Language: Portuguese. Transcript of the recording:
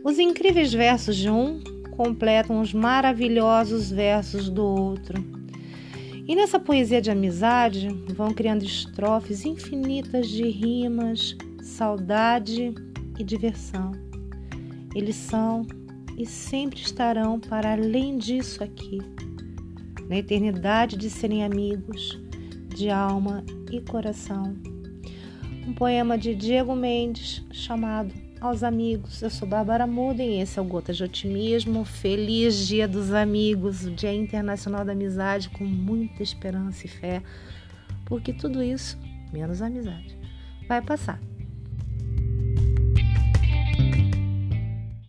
Os incríveis versos de um completam os maravilhosos versos do outro. E nessa poesia de amizade vão criando estrofes infinitas de rimas, saudade e diversão. Eles são e sempre estarão para além disso aqui, na eternidade de serem amigos, de alma e coração. Um poema de Diego Mendes chamado Aos Amigos. Eu sou Bárbara Muden e esse é o Gotas de Otimismo. Feliz Dia dos Amigos, o Dia Internacional da Amizade, com muita esperança e fé, porque tudo isso, menos a amizade, vai passar.